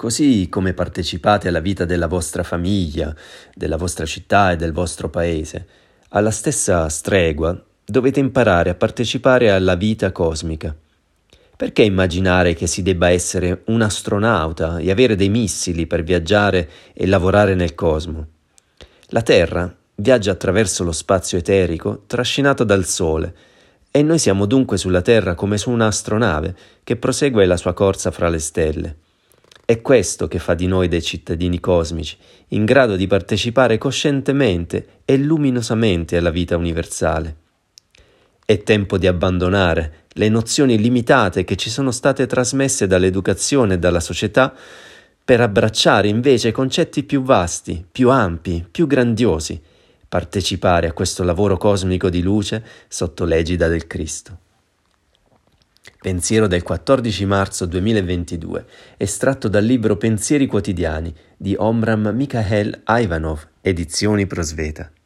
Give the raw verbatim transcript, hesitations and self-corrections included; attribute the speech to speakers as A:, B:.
A: Così come partecipate alla vita della vostra famiglia, della vostra città e del vostro paese, alla stessa stregua dovete imparare a partecipare alla vita cosmica. Perché immaginare che si debba essere un astronauta e avere dei missili per viaggiare e lavorare nel cosmo? La Terra viaggia attraverso lo spazio eterico trascinato dal Sole e noi siamo dunque sulla Terra come su un'astronave che prosegue la sua corsa fra le stelle. È questo che fa di noi dei cittadini cosmici, in grado di partecipare coscientemente e luminosamente alla vita universale. È tempo di abbandonare le nozioni limitate che ci sono state trasmesse dall'educazione e dalla società per abbracciare invece concetti più vasti, più ampi, più grandiosi, partecipare a questo lavoro cosmico di luce sotto l'egida del Cristo. Pensiero del quattordici marzo duemilaventidue, estratto dal libro Pensieri quotidiani di Omram Mikhail Ivanov, edizioni Prosveta.